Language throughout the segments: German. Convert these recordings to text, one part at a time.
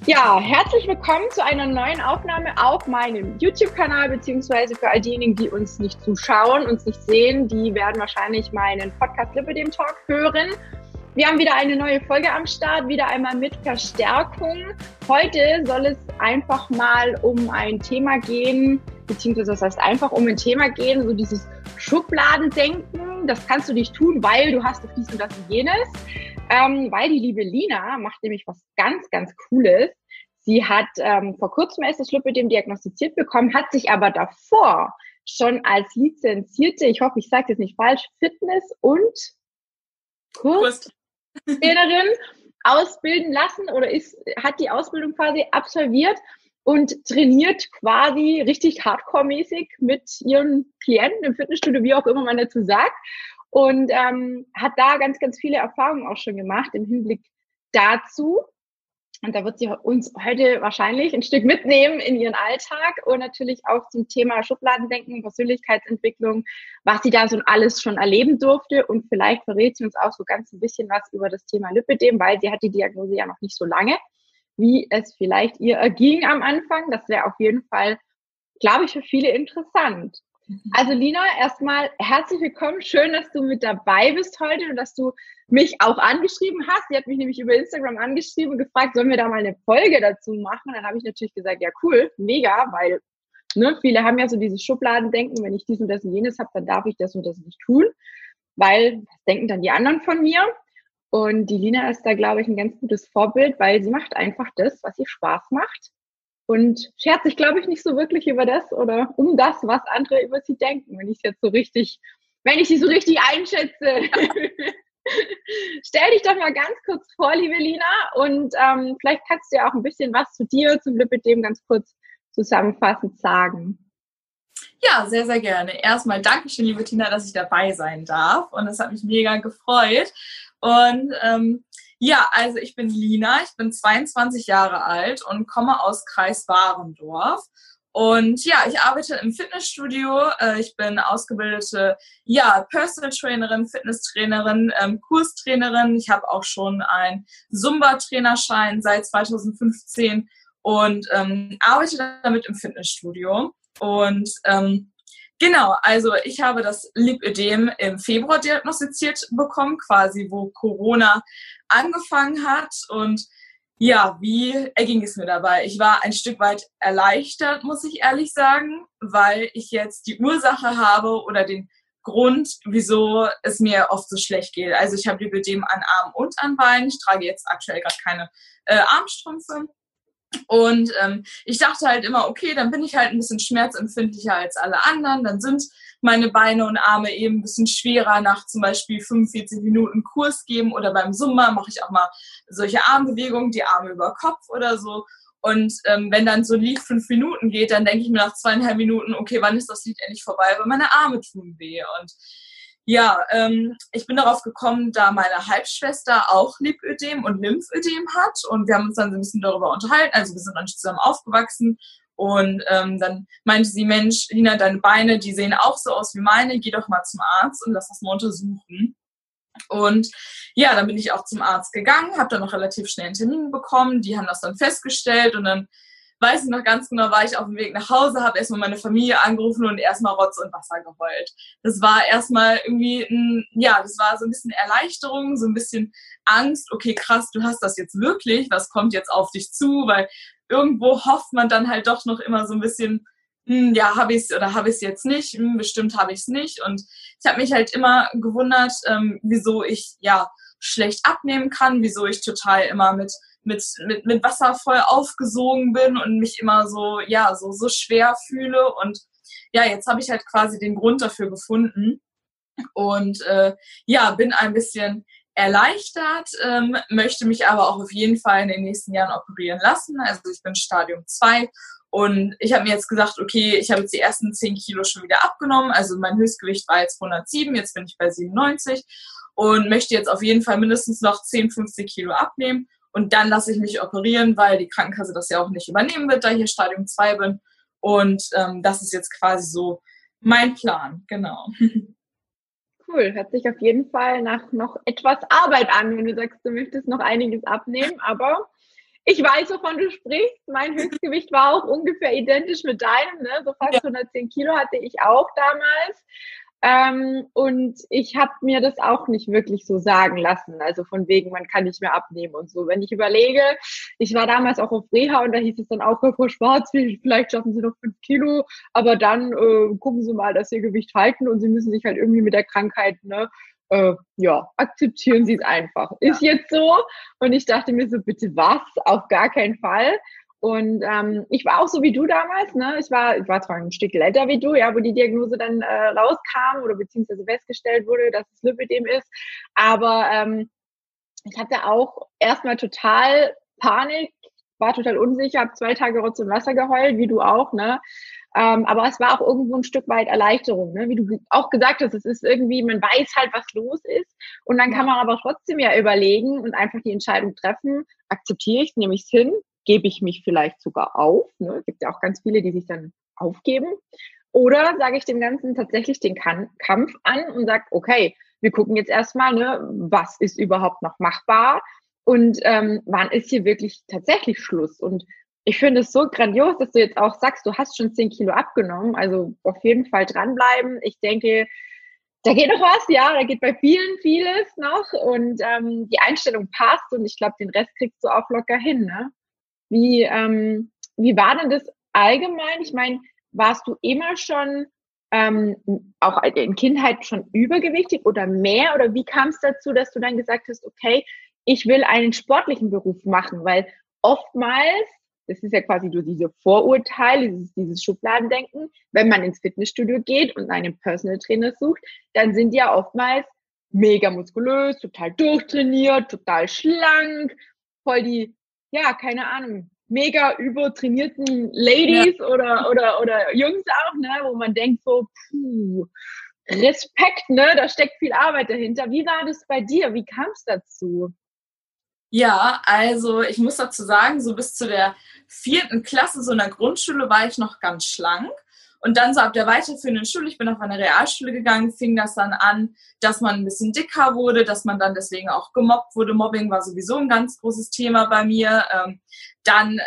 Ja, herzlich willkommen zu einer neuen Aufnahme auf meinem YouTube-Kanal, beziehungsweise für all diejenigen, die uns nicht zuschauen, uns nicht sehen, die werden wahrscheinlich meinen Podcast Lipidem Talk hören. Wir haben wieder eine neue Folge am Start, wieder einmal mit Verstärkung. Heute soll es einfach mal um ein Thema gehen, beziehungsweise das heißt einfach um ein Thema gehen, so dieses Schubladendenken. Das kannst du nicht tun, weil du hast doch dies und das und jenes. Weil die liebe Lina macht nämlich was ganz, ganz Cooles. Sie hat vor kurzem erst das Lipidem diagnostiziert bekommen, hat sich aber davor schon als lizenzierte, ich hoffe, ich sage jetzt nicht falsch, Fitness- und Kurstrainerin ausbilden lassen oder hat die Ausbildung quasi absolviert und trainiert quasi richtig hardcore-mäßig mit ihren Klienten im Fitnessstudio, wie auch immer man dazu sagt. Und hat da ganz, ganz viele Erfahrungen auch schon gemacht im Hinblick dazu. Und da wird sie uns heute wahrscheinlich ein Stück mitnehmen in ihren Alltag und natürlich auch zum Thema Schubladendenken, Persönlichkeitsentwicklung, was sie da so alles schon erleben durfte. Und vielleicht verrät sie uns auch so ganz ein bisschen was über das Thema Lipidem, weil sie hat die Diagnose ja noch nicht so lange, wie es vielleicht ihr erging am Anfang. Das wäre auf jeden Fall, glaube ich, für viele interessant. Also Lina, erstmal herzlich willkommen. Schön, dass du mit dabei bist heute und dass du mich auch angeschrieben hast. Sie hat mich nämlich über Instagram angeschrieben und gefragt, sollen wir da mal eine Folge dazu machen? Dann habe ich natürlich gesagt, ja cool, mega, weil viele haben ja so dieses Schubladendenken, wenn ich dies und das und jenes habe, dann darf ich das und das nicht tun, weil das denken dann die anderen von mir. Und die Lina ist da, glaube ich, ein ganz gutes Vorbild, weil sie macht einfach das, was ihr Spaß macht. Und schert sich, glaube ich, nicht so wirklich über das oder um das, was andere über sie denken, wenn ich sie so richtig einschätze. Stell dich doch mal ganz kurz vor, liebe Lina, und vielleicht kannst du ja auch ein bisschen was zu dir, zum Lipidem ganz kurz zusammenfassend sagen. Ja, sehr, sehr gerne. Erstmal Dankeschön, liebe Tina, dass ich dabei sein darf. Und es hat mich mega gefreut. Und ja, also ich bin Lina, ich bin 22 Jahre alt und komme aus Kreis Warendorf. Und ja, ich arbeite im Fitnessstudio. Ich bin ausgebildete Personal Trainerin, Fitnesstrainerin, Kurstrainerin. Ich habe auch schon einen Zumba-Trainerschein seit 2015 und arbeite damit im Fitnessstudio. Und genau, also ich habe das Lipödem im Februar diagnostiziert bekommen, quasi wo Corona angefangen hat. Und ja, wie erging es mir dabei? Ich war ein Stück weit erleichtert, muss ich ehrlich sagen, weil ich jetzt die Ursache habe oder den Grund, wieso es mir oft so schlecht geht. Also ich habe Lipödem an Armen und an Beinen. Ich trage jetzt aktuell gerade keine Armstrümpfe. Und ich dachte halt immer, okay, dann bin ich halt ein bisschen schmerzempfindlicher als alle anderen. Dann sind meine Beine und Arme eben ein bisschen schwerer nach zum Beispiel 45 Minuten Kurs geben. Oder beim Zumba mache ich auch mal solche Armbewegungen, die Arme über Kopf oder so. Und wenn dann so ein Lied 5 Minuten geht, dann denke ich mir nach 2,5 Minuten, okay, wann ist das Lied endlich vorbei, weil meine Arme tun weh. Und ja, ich bin darauf gekommen, da meine Halbschwester auch Lipödem und Lymphödem hat und wir haben uns dann so ein bisschen darüber unterhalten, also wir sind dann zusammen aufgewachsen und dann meinte sie, Mensch, Lina, deine Beine, die sehen auch so aus wie meine, geh doch mal zum Arzt und lass das mal untersuchen. Und ja, dann bin ich auch zum Arzt gegangen, habe dann noch relativ schnell einen Termin bekommen, die haben das dann festgestellt und dann weiß ich noch ganz genau, war ich auf dem Weg nach Hause, habe erstmal meine Familie angerufen und erstmal Rotz und Wasser geheult. Das war erstmal irgendwie, das war so ein bisschen Erleichterung, so ein bisschen Angst. Okay, krass, du hast das jetzt wirklich, was kommt jetzt auf dich zu? Weil irgendwo hofft man dann halt doch noch immer so ein bisschen, habe ich es oder habe ich es jetzt nicht? Bestimmt habe ich es nicht. Und ich habe mich halt immer gewundert, wieso ich schlecht abnehmen kann, wieso ich total immer mit Wasser voll aufgesogen bin und mich immer so schwer fühle. Und ja, jetzt habe ich halt quasi den Grund dafür gefunden und bin ein bisschen erleichtert, möchte mich aber auch auf jeden Fall in den nächsten Jahren operieren lassen. Also ich bin Stadium 2 und ich habe mir jetzt gesagt, okay, ich habe jetzt die ersten 10 Kilo schon wieder abgenommen. Also mein Höchstgewicht war jetzt 107, jetzt bin ich bei 97 und möchte jetzt auf jeden Fall mindestens noch 10, 15 Kilo abnehmen. Und dann lasse ich mich operieren, weil die Krankenkasse das ja auch nicht übernehmen wird, da ich hier Stadium 2 bin. Und das ist jetzt quasi so mein Plan, genau. Cool, hört sich auf jeden Fall nach noch etwas Arbeit an, wenn du sagst, du möchtest noch einiges abnehmen, aber Ich weiß, wovon du sprichst. Mein Höchstgewicht war auch ungefähr identisch mit deinem, ne? So fast 110 Kilo hatte ich auch damals. Und ich habe mir das auch nicht wirklich so sagen lassen. Also von wegen, man kann nicht mehr abnehmen und so. Wenn ich überlege, ich war damals auch auf Reha und da hieß es dann auch, Frau Schwarz, vielleicht schaffen Sie noch 5 Kilo, aber dann gucken Sie mal, dass Sie Ihr Gewicht halten und Sie müssen sich halt irgendwie mit der Krankheit, ne, ja, akzeptieren Sie es einfach. Ist jetzt so. Und ich dachte mir so, bitte was? Auf gar keinen Fall. Und ich war auch so wie du damals, ne? Ich war zwar ein Stück älter wie du, ja, wo die Diagnose dann rauskam oder beziehungsweise festgestellt wurde, dass es Lipödem ist. Aber ich hatte auch erstmal total Panik, war total unsicher, habe 2 Tage Rotz und Wasser geheult, wie du auch, ne? Aber es war auch irgendwo ein Stück weit Erleichterung, ne? Wie du auch gesagt hast, es ist irgendwie, man weiß halt, was los ist. Und dann kann man aber trotzdem ja überlegen und einfach die Entscheidung treffen, akzeptiere ich es, nehme ich es hin, gebe ich mich vielleicht sogar auf. Ne? Es gibt ja auch ganz viele, die sich dann aufgeben. Oder sage ich dem Ganzen tatsächlich den Kampf an und sage, okay, wir gucken jetzt erstmal, ne, was ist überhaupt noch machbar und wann ist hier wirklich tatsächlich Schluss? Und ich finde es so grandios, dass du jetzt auch sagst, du hast schon 10 Kilo abgenommen. Also auf jeden Fall dranbleiben. Ich denke, da geht noch was, ja, da geht bei vielen vieles noch und die Einstellung passt und ich glaube, den Rest kriegst du auch locker hin, ne? Wie war denn das allgemein? Ich meine, warst du immer schon auch in Kindheit schon übergewichtig oder mehr? Oder wie kam es dazu, dass du dann gesagt hast, okay, ich will einen sportlichen Beruf machen? Weil oftmals, das ist ja quasi nur diese Vorurteile, dieses Schubladendenken, wenn man ins Fitnessstudio geht und einen Personal Trainer sucht, dann sind die ja oftmals mega muskulös, total durchtrainiert, total schlank, voll die, ja, keine Ahnung, mega übertrainierten Ladies oder Jungs auch, ne, wo man denkt so, puh, Respekt, ne, da steckt viel Arbeit dahinter. Wie war das bei dir? Wie kam es dazu? Ja, also ich muss dazu sagen, so bis zu der 4. Klasse so in der Grundschule war ich noch ganz schlank. Und dann so ab der weiterführenden Schule, ich bin auf eine Realschule gegangen, fing das dann an, dass man ein bisschen dicker wurde, dass man dann deswegen auch gemobbt wurde. Mobbing war sowieso ein ganz großes Thema bei mir. Dann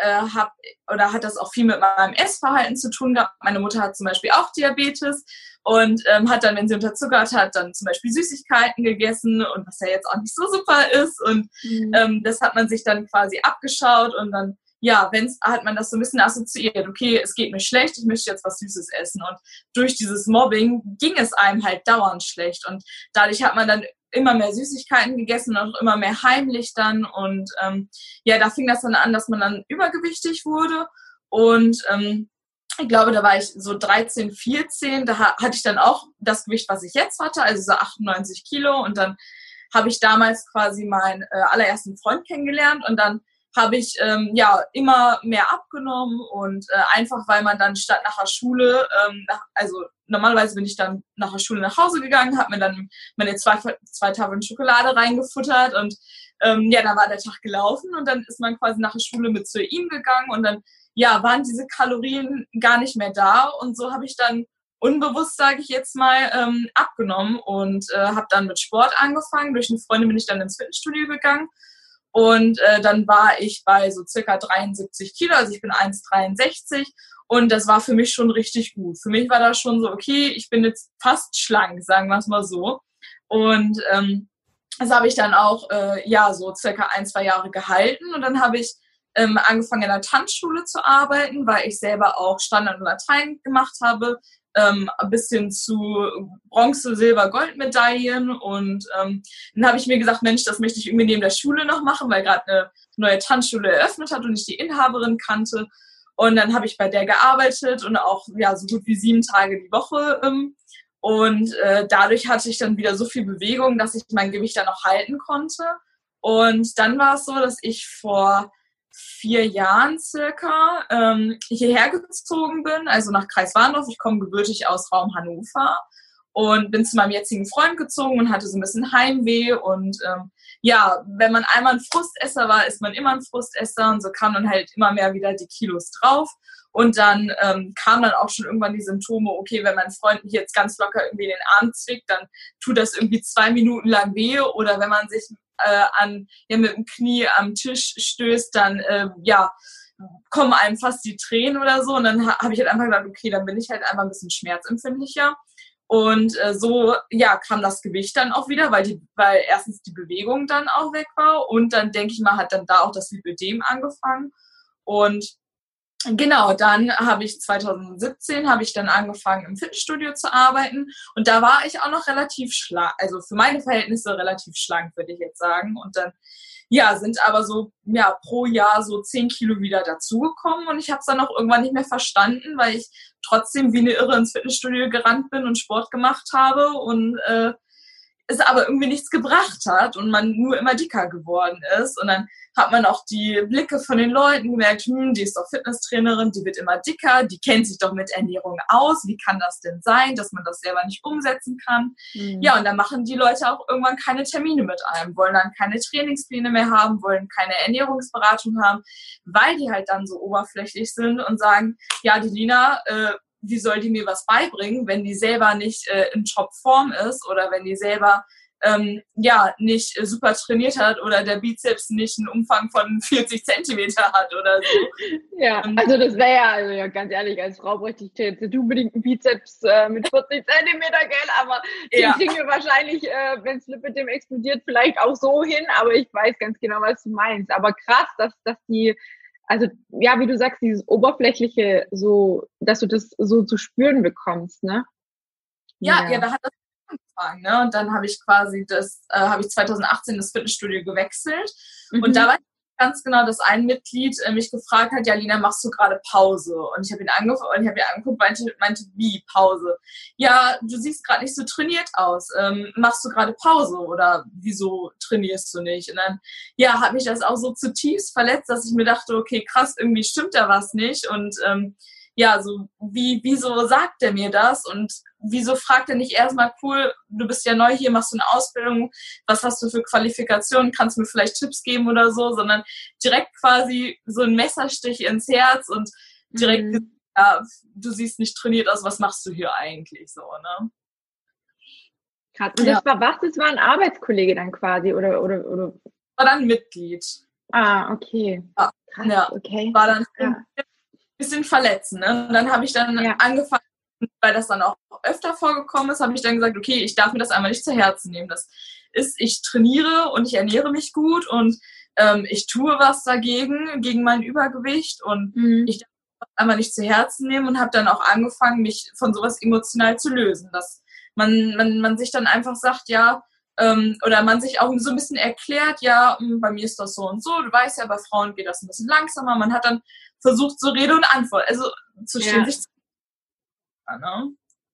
hat das auch viel mit meinem Essverhalten zu tun gehabt. Meine Mutter hat zum Beispiel auch Diabetes und hat dann, wenn sie unterzuckert hat, dann zum Beispiel Süßigkeiten gegessen und was ja jetzt auch nicht so super ist. Und das hat man sich dann quasi abgeschaut und dann ja, hat man das so ein bisschen assoziiert, okay, es geht mir schlecht, ich möchte jetzt was Süßes essen. Und durch dieses Mobbing ging es einem halt dauernd schlecht. Und dadurch hat man dann immer mehr Süßigkeiten gegessen und auch immer mehr heimlich dann. Und ja, da fing das dann an, dass man dann übergewichtig wurde. Und ich glaube, da war ich so 13, 14, da hatte ich dann auch das Gewicht, was ich jetzt hatte, also so 98 Kilo. Und dann habe ich damals quasi meinen allerersten Freund kennengelernt und dann habe ich ja immer mehr abgenommen und einfach, weil man dann statt nach der Schule, also normalerweise bin ich dann nach der Schule nach Hause gegangen, habe mir dann meine zwei Tafeln Schokolade reingefuttert und ja, dann war der Tag gelaufen und dann ist man quasi nach der Schule mit zu ihm gegangen und dann ja, waren diese Kalorien gar nicht mehr da und so habe ich dann unbewusst, sage ich jetzt mal, abgenommen und habe dann mit Sport angefangen. Durch eine Freundin bin ich dann ins Fitnessstudio gegangen. Und dann war ich bei so circa 73 Kilo, also ich bin 1,63 und das war für mich schon richtig gut. Für mich war das schon so, okay, ich bin jetzt fast schlank, sagen wir es mal so. Und das habe ich dann auch ja so circa 1, 2 Jahre gehalten und dann habe ich angefangen in der Tanzschule zu arbeiten, weil ich selber auch Standard und Latein gemacht habe, ein bisschen zu Bronze, Silber, Goldmedaillen und dann habe ich mir gesagt, Mensch, das möchte ich irgendwie neben der Schule noch machen, weil gerade eine neue Tanzschule eröffnet hat und ich die Inhaberin kannte und dann habe ich bei der gearbeitet und auch ja so gut wie 7 Tage die Woche und dadurch hatte ich dann wieder so viel Bewegung, dass ich mein Gewicht dann auch halten konnte und dann war es so, dass ich vor 4 Jahren circa hierher gezogen bin, also nach Kreiswarndorf. Ich komme gebürtig aus Raum Hannover und bin zu meinem jetzigen Freund gezogen und hatte so ein bisschen Heimweh und ja, wenn man einmal ein Frustesser war, ist man immer ein Frustesser und so kamen dann halt immer mehr wieder die Kilos drauf und dann kamen dann auch schon irgendwann die Symptome, okay, wenn mein Freund mich jetzt ganz locker irgendwie in den Arm zwickt, dann tut das irgendwie 2 Minuten lang weh oder wenn man sich mit dem Knie am Tisch stößt, dann kommen einem fast die Tränen oder so. Und dann habe ich halt einfach gedacht, okay, dann bin ich halt einfach ein bisschen schmerzempfindlicher. Und kam das Gewicht dann auch wieder, weil erstens die Bewegung dann auch weg war und dann, denke ich mal, hat dann da auch das Lipödem angefangen. Und genau, dann habe ich 2017 dann angefangen im Fitnessstudio zu arbeiten und da war ich auch noch relativ schlank, also für meine Verhältnisse relativ schlank, würde ich jetzt sagen. Und dann sind aber so pro Jahr so 10 Kilo wieder dazugekommen und ich habe es dann auch irgendwann nicht mehr verstanden, weil ich trotzdem wie eine Irre ins Fitnessstudio gerannt bin und Sport gemacht habe und es aber irgendwie nichts gebracht hat und man nur immer dicker geworden ist. Und dann hat man auch die Blicke von den Leuten gemerkt, die ist doch Fitnesstrainerin, die wird immer dicker, die kennt sich doch mit Ernährung aus. Wie kann das denn sein, dass man das selber nicht umsetzen kann? Mhm. Ja, und dann machen die Leute auch irgendwann keine Termine mit einem, wollen dann keine Trainingspläne mehr haben, wollen keine Ernährungsberatung haben, weil die halt dann so oberflächlich sind und sagen, ja, die Lina, wie soll die mir was beibringen, wenn die selber nicht in Topform ist oder wenn die selber nicht super trainiert hat oder der Bizeps nicht einen Umfang von 40 Zentimeter hat oder so. Ja, also das wäre ja, ganz ehrlich, als Frau bräuchte ich jetzt nicht unbedingt einen Bizeps mit 40 Zentimeter, gell, aber den kriegen wir wahrscheinlich, wenn es mit dem explodiert, vielleicht auch so hin, aber ich weiß ganz genau, was du meinst. Aber krass, dass die, also ja, wie du sagst, dieses Oberflächliche so, dass du das so zu spüren bekommst, ne? Ja, da hat das angefangen, ne? Und dann habe ich quasi 2018 das Fitnessstudio gewechselt. Mhm. Und da war ganz genau, dass ein Mitglied mich gefragt hat, ja, Lina, machst du gerade Pause? Und ich habe ihn angeguckt, meinte, wie Pause? Ja, du siehst gerade nicht so trainiert aus. Machst du gerade Pause oder wieso trainierst du nicht? Und dann, hat mich das auch so zutiefst verletzt, dass ich mir dachte, okay, krass, irgendwie stimmt da was nicht. Und so, wieso sagt er mir das? Und wieso fragt er nicht erstmal, cool, du bist ja neu hier, machst du eine Ausbildung, was hast du für Qualifikationen, kannst du mir vielleicht Tipps geben oder so, sondern direkt quasi so ein Messerstich ins Herz und direkt, du siehst nicht trainiert aus, was machst du hier eigentlich so, ne? Krass. Und das war was? Das war ein Arbeitskollege dann quasi, oder? War dann Mitglied. Ah, okay. Ja, krass, okay. War dann ein bisschen verletzend, ne? Und dann habe ich dann angefangen, weil das dann auch öfter vorgekommen ist, habe ich dann gesagt, okay, ich darf mir das einmal nicht zu Herzen nehmen. Das ist, ich trainiere und ich ernähre mich gut und ich tue was gegen mein Übergewicht und ich darf das einmal nicht zu Herzen nehmen und habe dann auch angefangen, mich von sowas emotional zu lösen. Dass man sich dann einfach sagt, oder man sich auch so ein bisschen erklärt, bei mir ist das so und so, du weißt ja, bei Frauen geht das ein bisschen langsamer. Man hat dann versucht, so Rede und Antwort, also zu stehen, sich zu ne?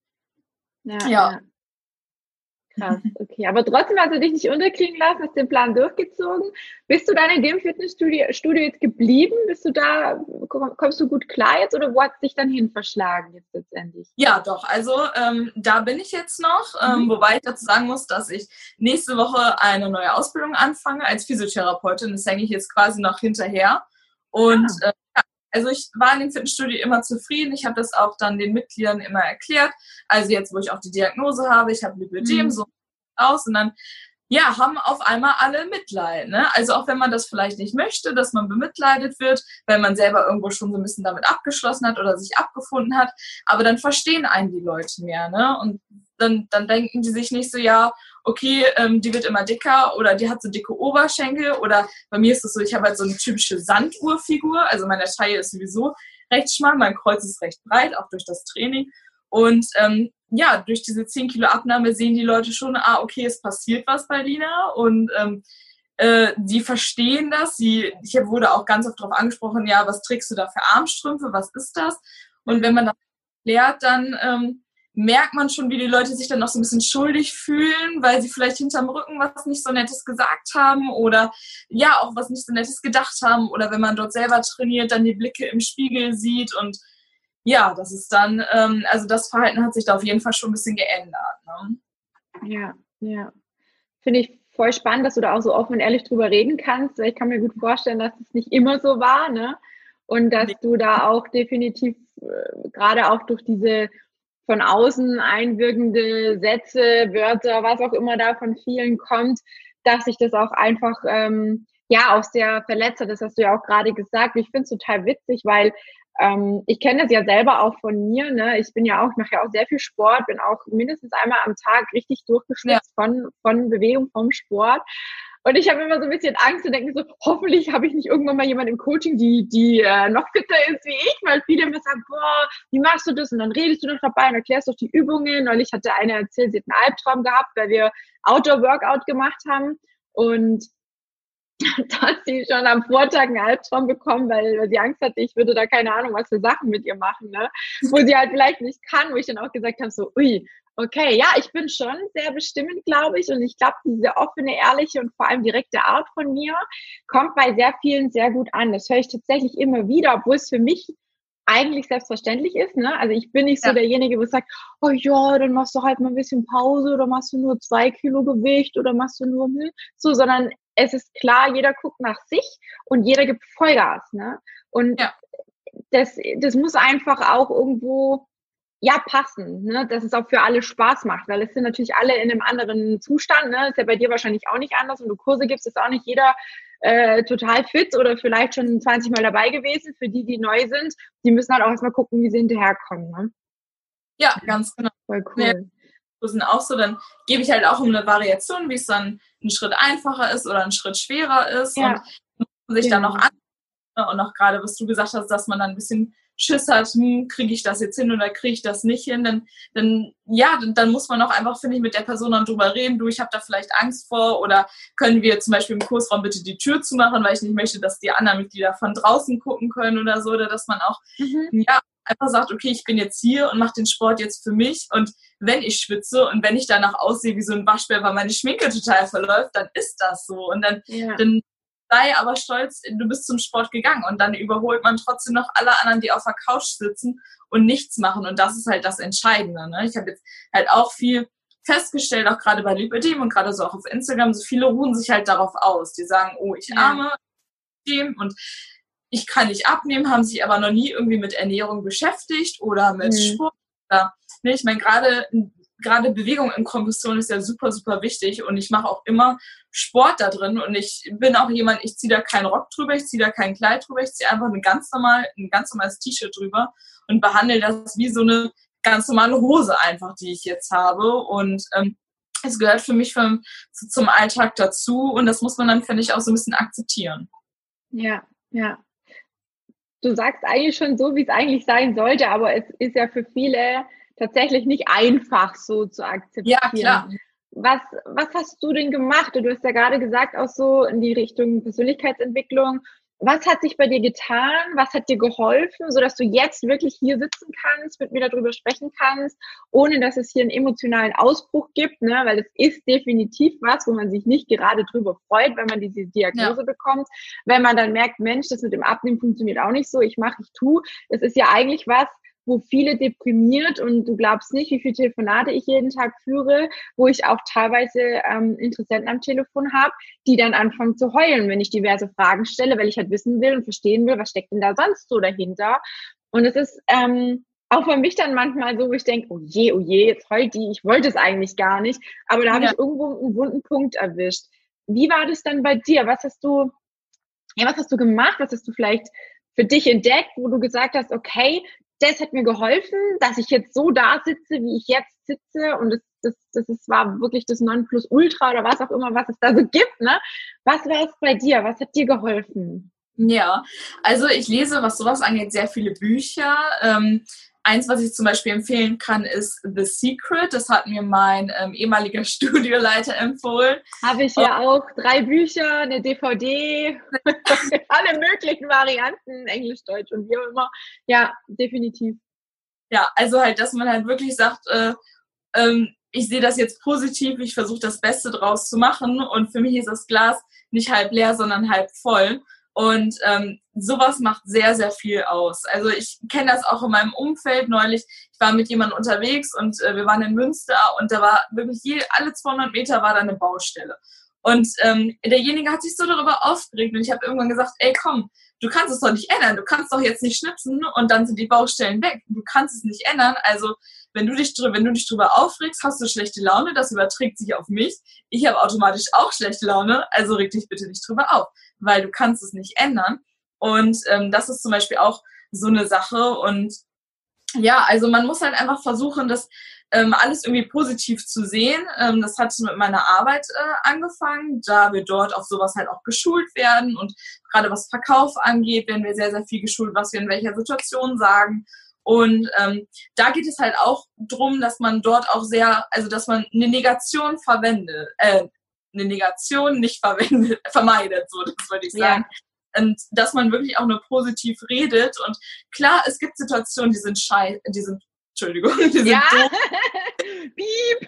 Ja. Krass, okay. Aber trotzdem hast du dich nicht unterkriegen lassen, hast den Plan durchgezogen. Bist du dann in dem Fitnessstudio jetzt geblieben? Kommst du gut klar jetzt oder wo hat es dich dann hin verschlagen jetzt letztendlich? Ja, doch. Also da bin ich jetzt noch, wobei ich dazu sagen muss, dass ich nächste Woche eine neue Ausbildung anfange als Physiotherapeutin. Das hänge ich jetzt quasi noch hinterher. Und also ich war in dem Fitnessstudio immer zufrieden. Ich habe das auch dann den Mitgliedern immer erklärt. Also jetzt, wo ich auch die Diagnose habe, ich habe Lipödem, so aus. Und dann, haben auf einmal alle Mitleid. Ne? Also auch wenn man das vielleicht nicht möchte, dass man bemitleidet wird, weil man selber irgendwo schon so ein bisschen damit abgeschlossen hat oder sich abgefunden hat. Aber dann verstehen einen die Leute mehr. Ne? Und dann denken die sich nicht so, okay, die wird immer dicker oder die hat so dicke Oberschenkel oder bei mir ist es so, ich habe halt so eine typische Sanduhrfigur, also meine Taille ist sowieso recht schmal, mein Kreuz ist recht breit, auch durch das Training und durch diese 10 Kilo Abnahme sehen die Leute schon, okay, es passiert was bei Lina und die verstehen das, ich wurde auch ganz oft darauf angesprochen, was trägst du da für Armstrümpfe, was ist das? Und wenn man das erklärt, dann merkt man schon, wie die Leute sich dann noch so ein bisschen schuldig fühlen, weil sie vielleicht hinterm Rücken was nicht so Nettes gesagt haben oder auch was nicht so Nettes gedacht haben oder wenn man dort selber trainiert, dann die Blicke im Spiegel sieht und das ist dann, also das Verhalten hat sich da auf jeden Fall schon ein bisschen geändert. Ne? Ja. Finde ich voll spannend, dass du da auch so offen und ehrlich drüber reden kannst. Ich kann mir gut vorstellen, dass es nicht immer so war, ne? Und dass du da auch definitiv, gerade auch durch diese von außen einwirkende Sätze, Wörter, was auch immer da von vielen kommt, dass ich das auch einfach, auch sehr verletzt hat. Das hast du ja auch gerade gesagt. Ich finde es total witzig, weil ich kenne das ja selber auch von mir. Ne? Ich mache ja auch sehr viel Sport, bin auch mindestens einmal am Tag richtig durchgeschwitzt von Bewegung, vom Sport. Und ich habe immer so ein bisschen Angst und denke so, hoffentlich habe ich nicht irgendwann mal jemand im Coaching, die noch fitter ist wie ich, weil viele immer sagen, boah, wie machst du das? Und dann redest du noch dabei und erklärst doch die Übungen. Neulich hatte eine erzählt, sie hat einen Albtraum gehabt, weil wir Outdoor-Workout gemacht haben. Und da hat sie schon am Vortag einen Albtraum bekommen, weil sie Angst hatte, ich würde da keine Ahnung, was für Sachen mit ihr machen, ne? Wo sie halt vielleicht nicht kann, wo ich dann auch gesagt habe, so, ui, okay, ja, ich bin schon sehr bestimmend, glaube ich. Und ich glaube, diese offene, ehrliche und vor allem direkte Art von mir kommt bei sehr vielen sehr gut an. Das höre ich tatsächlich immer wieder, obwohl es für mich eigentlich selbstverständlich ist, ne? Also ich bin nicht so derjenige, wo sagt, oh ja, dann machst du halt mal ein bisschen Pause oder machst du nur 2 Kilo Gewicht oder machst du nur so, sondern es ist klar, jeder guckt nach sich und jeder gibt Vollgas, ne? Und das muss einfach auch irgendwo passen, ne? Dass es auch für alle Spaß macht, weil es sind natürlich alle in einem anderen Zustand, ne? Ist ja bei dir wahrscheinlich auch nicht anders und du Kurse gibst, ist auch nicht jeder total fit oder vielleicht schon 20 Mal dabei gewesen. Für die neu sind, die müssen halt auch erstmal gucken, wie sie hinterherkommen, ne? Ja, ganz genau. Voll cool. Kursen auch so, dann gebe ich halt auch um eine Variation, wie es dann ein Schritt einfacher ist oder ein Schritt schwerer ist und sich dann noch an und auch gerade, was du gesagt hast, dass man dann ein bisschen Schiss hat, kriege ich das jetzt hin oder kriege ich das nicht hin, dann muss man auch einfach, finde ich, mit der Person dann drüber reden, du, ich habe da vielleicht Angst vor oder können wir zum Beispiel im Kursraum bitte die Tür zumachen, weil ich nicht möchte, dass die anderen Mitglieder von draußen gucken können oder so, oder dass man auch, einfach sagt, okay, ich bin jetzt hier und mache den Sport jetzt für mich und wenn ich schwitze und wenn ich danach aussehe wie so ein Waschbär, weil meine Schminke total verläuft, dann ist das so und dann sei aber stolz, du bist zum Sport gegangen und dann überholt man trotzdem noch alle anderen, die auf der Couch sitzen und nichts machen und das ist halt das Entscheidende. Ne? Ich habe jetzt halt auch viel festgestellt, auch gerade bei Lipödem und gerade so auch auf Instagram, so viele ruhen sich halt darauf aus. Die sagen, oh, ich arme dem und ich kann nicht abnehmen, haben sich aber noch nie irgendwie mit Ernährung beschäftigt oder mit Sport. Ich meine, gerade Bewegung in Kompression ist ja super, super wichtig und ich mache auch immer Sport da drin und ich bin auch jemand, ich ziehe da keinen Rock drüber, ich ziehe da kein Kleid drüber, ich ziehe einfach ein ganz normales T-Shirt drüber und behandle das wie so eine ganz normale Hose einfach, die ich jetzt habe und es gehört für mich zum Alltag dazu und das muss man dann, finde ich, auch so ein bisschen akzeptieren. Ja. Du sagst eigentlich schon so, wie es eigentlich sein sollte, aber es ist ja für viele tatsächlich nicht einfach so zu akzeptieren. Ja, klar. Was hast du denn gemacht? Du hast ja gerade gesagt, auch so in die Richtung Persönlichkeitsentwicklung. Was hat sich bei dir getan? Was hat dir geholfen, sodass du jetzt wirklich hier sitzen kannst, mit mir darüber sprechen kannst, ohne dass es hier einen emotionalen Ausbruch gibt, ne? Weil es ist definitiv was, wo man sich nicht gerade drüber freut, wenn man diese Diagnose bekommt. Wenn man dann merkt, Mensch, das mit dem Abnehmen funktioniert auch nicht so, ich tue. Es ist ja eigentlich was, wo viele deprimiert und du glaubst nicht, wie viele Telefonate ich jeden Tag führe, wo ich auch teilweise Interessenten am Telefon habe, die dann anfangen zu heulen, wenn ich diverse Fragen stelle, weil ich halt wissen will und verstehen will, was steckt denn da sonst so dahinter. Und es ist auch für mich dann manchmal so, wo ich denke, oh je, jetzt heult die, ich wollte es eigentlich gar nicht, aber da habe ich irgendwo einen wunden Punkt erwischt. Wie war das dann bei dir? Was hast du gemacht? Was hast du vielleicht für dich entdeckt, wo du gesagt hast, okay, das hat mir geholfen, dass ich jetzt so da sitze, wie ich jetzt sitze und war wirklich das Nonplusultra oder was auch immer, was es da so gibt, ne? Was war es bei dir? Was hat dir geholfen? Ja, also ich lese, was sowas angeht, sehr viele Bücher. Eins, was ich zum Beispiel empfehlen kann, ist The Secret. Das hat mir mein ehemaliger Studioleiter empfohlen. Habe ich ja auch 3 Bücher, eine DVD, alle möglichen Varianten, Englisch, Deutsch und wie auch immer. Ja, definitiv. Ja, also halt, dass man halt wirklich sagt, ich sehe das jetzt positiv, ich versuche das Beste draus zu machen und für mich ist das Glas nicht halb leer, sondern halb voll. Und sowas macht sehr, sehr viel aus. Also ich kenne das auch in meinem Umfeld. Neulich, ich war mit jemandem unterwegs und wir waren in Münster und da war wirklich alle 200 Meter war da eine Baustelle. Und derjenige hat sich so darüber aufgeregt und ich habe irgendwann gesagt, ey komm, du kannst es doch nicht ändern. Du kannst doch jetzt nicht schnipsen und dann sind die Baustellen weg. Du kannst es nicht ändern. Also wenn du dich drüber aufregst, hast du schlechte Laune. Das überträgt sich auf mich. Ich habe automatisch auch schlechte Laune. Also reg dich bitte nicht drüber auf, weil du kannst es nicht ändern. Und das ist zum Beispiel auch so eine Sache. Und ja, also man muss halt einfach versuchen, das alles irgendwie positiv zu sehen. Das hat mit meiner Arbeit angefangen, da wir dort auf sowas halt auch geschult werden. Und gerade was Verkauf angeht, werden wir sehr, sehr viel geschult, was wir in welcher Situation sagen. Und da geht es halt auch drum, dass man dort auch dass man eine Negation nicht vermeidet, so, das wollte ich sagen. Ja. Und dass man wirklich auch nur positiv redet. Und klar, es gibt Situationen, die sind doof. Piep.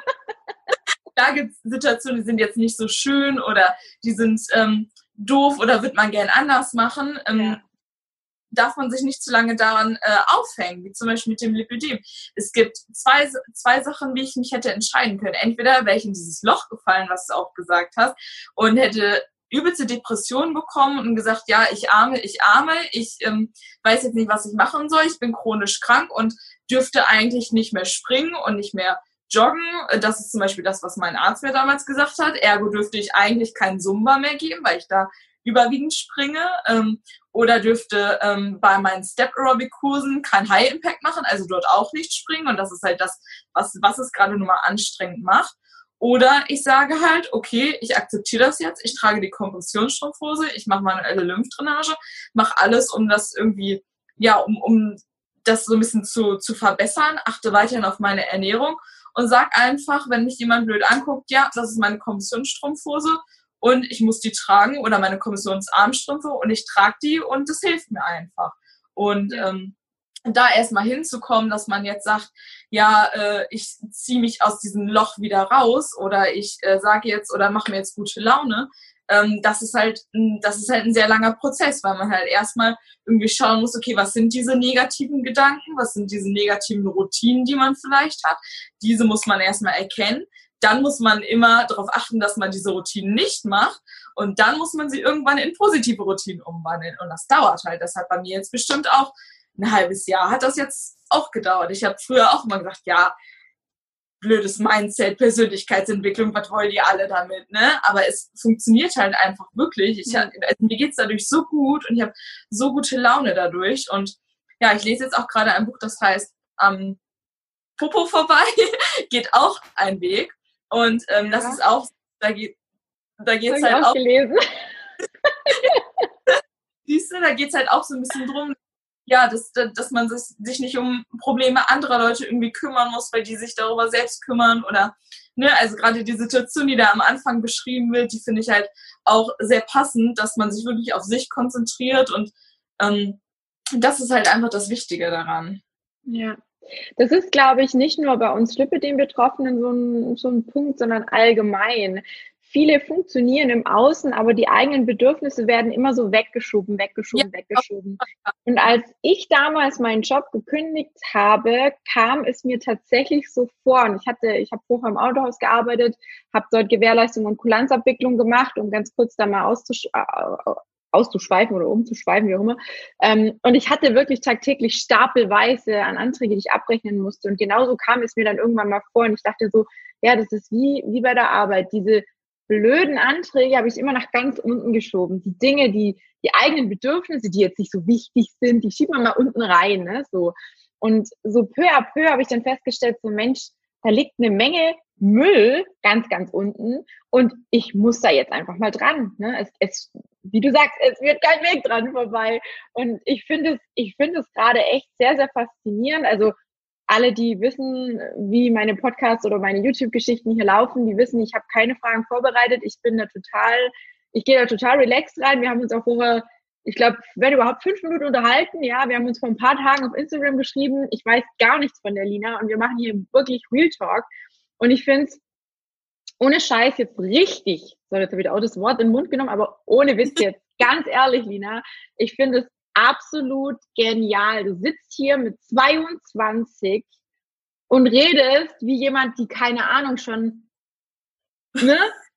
Da gibt es Situationen, die sind jetzt nicht so schön oder die sind doof oder wird man gern anders machen. Darf man sich nicht zu lange daran aufhängen, wie zum Beispiel mit dem Lipödem. Es gibt zwei Sachen, wie ich mich hätte entscheiden können. Entweder wäre ich in dieses Loch gefallen, was du auch gesagt hast, und hätte übelste Depressionen bekommen und gesagt, ja, ich arme, ich weiß jetzt nicht, was ich machen soll, ich bin chronisch krank und dürfte eigentlich nicht mehr springen und nicht mehr joggen. Das ist zum Beispiel das, was mein Arzt mir damals gesagt hat. Ergo dürfte ich eigentlich kein Zumba mehr geben, weil ich da überwiegend springe. Oder dürfte bei meinen Step-Aerobic-Kursen kein High-Impact machen, also dort auch nicht springen. Und das ist halt das, was es gerade nur mal anstrengend macht. Oder ich sage halt, okay, ich akzeptiere das jetzt, ich trage die Kompressionsstrumpfhose, ich mache manuelle Lymphdrainage, mache alles, um das irgendwie, ja, um das so ein bisschen zu verbessern, achte weiterhin auf meine Ernährung und sag einfach, wenn mich jemand blöd anguckt, ja, das ist meine Kompressionsstrumpfhose und ich muss die tragen oder meine Kompressionsarmstrümpfe und ich trage die und das hilft mir einfach. Und da erstmal hinzukommen, dass man jetzt sagt, ja, ich ziehe mich aus diesem Loch wieder raus oder ich sage jetzt oder mache mir jetzt gute Laune, das ist halt ein sehr langer Prozess, weil man halt erstmal irgendwie schauen muss, okay, was sind diese negativen Gedanken, was sind diese negativen Routinen, die man vielleicht hat, diese muss man erstmal erkennen, dann muss man immer darauf achten, dass man diese Routinen nicht macht und dann muss man sie irgendwann in positive Routinen umwandeln und das dauert halt, das hat bei mir jetzt bestimmt auch ein halbes Jahr hat das jetzt auch gedauert. Ich habe früher auch immer gesagt, ja, blödes Mindset, Persönlichkeitsentwicklung, was wollen die alle damit, ne? Aber es funktioniert halt einfach wirklich. Mir geht's dadurch so gut und ich habe so gute Laune dadurch. Und ja, ich lese jetzt auch gerade ein Buch, das heißt Popo vorbei, geht auch ein Weg. Und das ist auch, da geht's halt auch. Gelesen. Siehst du, da geht's halt auch so ein bisschen drum, ja, dass man sich nicht um Probleme anderer Leute irgendwie kümmern muss, weil die sich darüber selbst kümmern oder, ne, also gerade die Situation, die da am Anfang beschrieben wird, die finde ich halt auch sehr passend, dass man sich wirklich auf sich konzentriert und das ist halt einfach das Wichtige daran. Ja, das ist, glaube ich, nicht nur bei uns Lipödem-Betroffenen so ein Punkt, sondern allgemein. Viele funktionieren im Außen, aber die eigenen Bedürfnisse werden immer so weggeschoben. Und als ich damals meinen Job gekündigt habe, kam es mir tatsächlich so vor. Und ich habe vorher im Autohaus gearbeitet, habe dort Gewährleistung und Kulanzabwicklung gemacht, um ganz kurz da mal auszuschweifen oder umzuschweifen, wie auch immer. Und ich hatte wirklich tagtäglich stapelweise an Anträge, die ich abrechnen musste. Und genauso kam es mir dann irgendwann mal vor. Und ich dachte so, ja, das ist wie bei der Arbeit. Diese blöden Anträge habe ich immer nach ganz unten geschoben. Die Dinge, die eigenen Bedürfnisse, die jetzt nicht so wichtig sind, die schiebt man mal unten rein, ne, so. Und so peu à peu habe ich dann festgestellt, so Mensch, da liegt eine Menge Müll ganz, ganz unten und ich muss da jetzt einfach mal dran, ne. Es, wie du sagst, es wird kein Weg dran vorbei. Und ich finde es gerade echt sehr, sehr faszinierend. Also alle, die wissen, wie meine Podcasts oder meine YouTube-Geschichten hier laufen, die wissen, ich habe keine Fragen vorbereitet. Ich gehe da total relaxed rein. Wir haben uns auch vorher, ich glaube, wenn überhaupt 5 Minuten unterhalten. Ja, wir haben uns vor ein paar Tagen auf Instagram geschrieben. Ich weiß gar nichts von der Lina und wir machen hier wirklich Real Talk. Und ich finde es ohne Scheiß jetzt richtig, so jetzt habe ich auch das Wort in den Mund genommen, aber ohne Witz jetzt, ganz ehrlich, Lina, ich finde es absolut genial. Du sitzt hier mit 22 und redest wie jemand, die keine Ahnung schon, ne,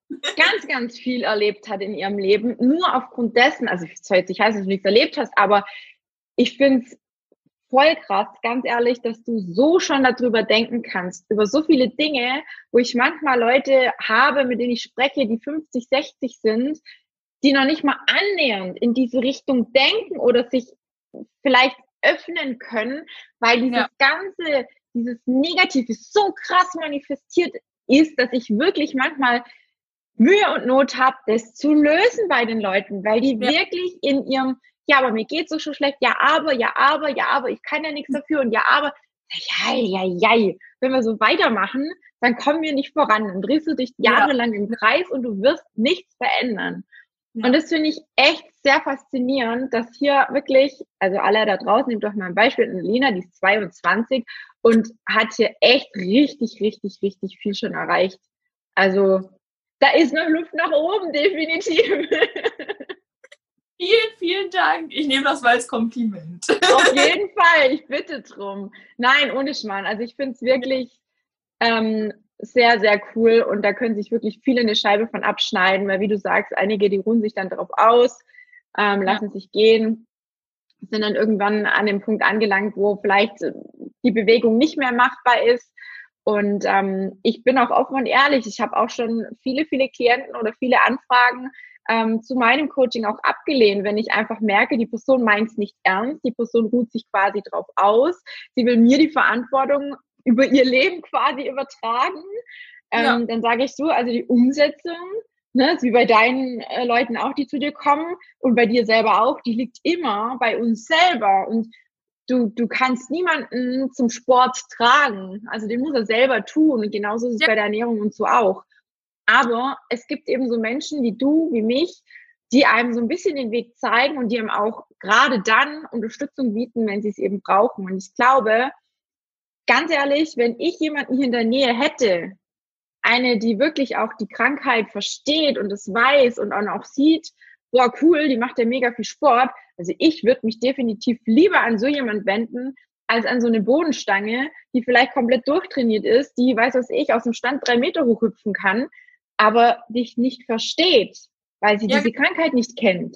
ganz, ganz viel erlebt hat in ihrem Leben, nur aufgrund dessen, also es soll jetzt nicht heißen, dass du nichts erlebt hast, aber ich finde es voll krass, ganz ehrlich, dass du so schon darüber denken kannst, über so viele Dinge, wo ich manchmal Leute habe, mit denen ich spreche, die 50, 60 sind, die noch nicht mal annähernd in diese Richtung denken oder sich vielleicht öffnen können, weil dieses Negative so krass manifestiert ist, dass ich wirklich manchmal Mühe und Not habe, das zu lösen bei den Leuten, weil die wirklich in ihrem, ja, aber mir geht's so schon schlecht, ja, aber, ich kann ja nichts dafür und ja, aber, ja, wenn wir so weitermachen, dann kommen wir nicht voran, dann drehst du dich jahrelang im Kreis und du wirst nichts verändern. Ja. Und das finde ich echt sehr faszinierend, dass hier wirklich, also alle da draußen, nehmt doch mal ein Beispiel, Lena, die ist 22 und hat hier echt richtig, richtig, richtig viel schon erreicht. Also da ist noch Luft nach oben, definitiv. Vielen, vielen Dank. Ich nehme das mal als Kompliment. Auf jeden Fall, ich bitte drum. Nein, ohne Schmarrn. Also ich finde es wirklich sehr, sehr cool und da können sich wirklich viele eine Scheibe von abschneiden, weil wie du sagst, einige, die ruhen sich dann darauf aus, lassen sich gehen, sind dann irgendwann an dem Punkt angelangt, wo vielleicht die Bewegung nicht mehr machbar ist. Und ich bin auch offen und ehrlich, ich habe auch schon viele, viele Klienten oder viele Anfragen zu meinem Coaching auch abgelehnt, wenn ich einfach merke, die Person meint es nicht ernst, die Person ruht sich quasi drauf aus, sie will mir die Verantwortung über ihr Leben quasi übertragen. Dann sage ich so, also die Umsetzung, ne, ist wie bei deinen Leuten auch, die zu dir kommen und bei dir selber auch, die liegt immer bei uns selber und du kannst niemanden zum Sport tragen. Also den muss er selber tun. Und genauso ist es bei der Ernährung und so auch. Aber es gibt eben so Menschen wie du, wie mich, die einem so ein bisschen den Weg zeigen und die einem auch gerade dann Unterstützung bieten, wenn sie es eben brauchen. Und ich glaube, ganz ehrlich, wenn ich jemanden hier in der Nähe hätte, eine, die wirklich auch die Krankheit versteht und es weiß und auch sieht, boah, cool, die macht ja mega viel Sport. Also ich würde mich definitiv lieber an so jemand wenden, als an so eine Bodenstange, die vielleicht komplett durchtrainiert ist, die, weiß was ich, aus dem Stand 3 Meter hochhüpfen kann, aber dich nicht versteht, weil sie diese Krankheit nicht kennt.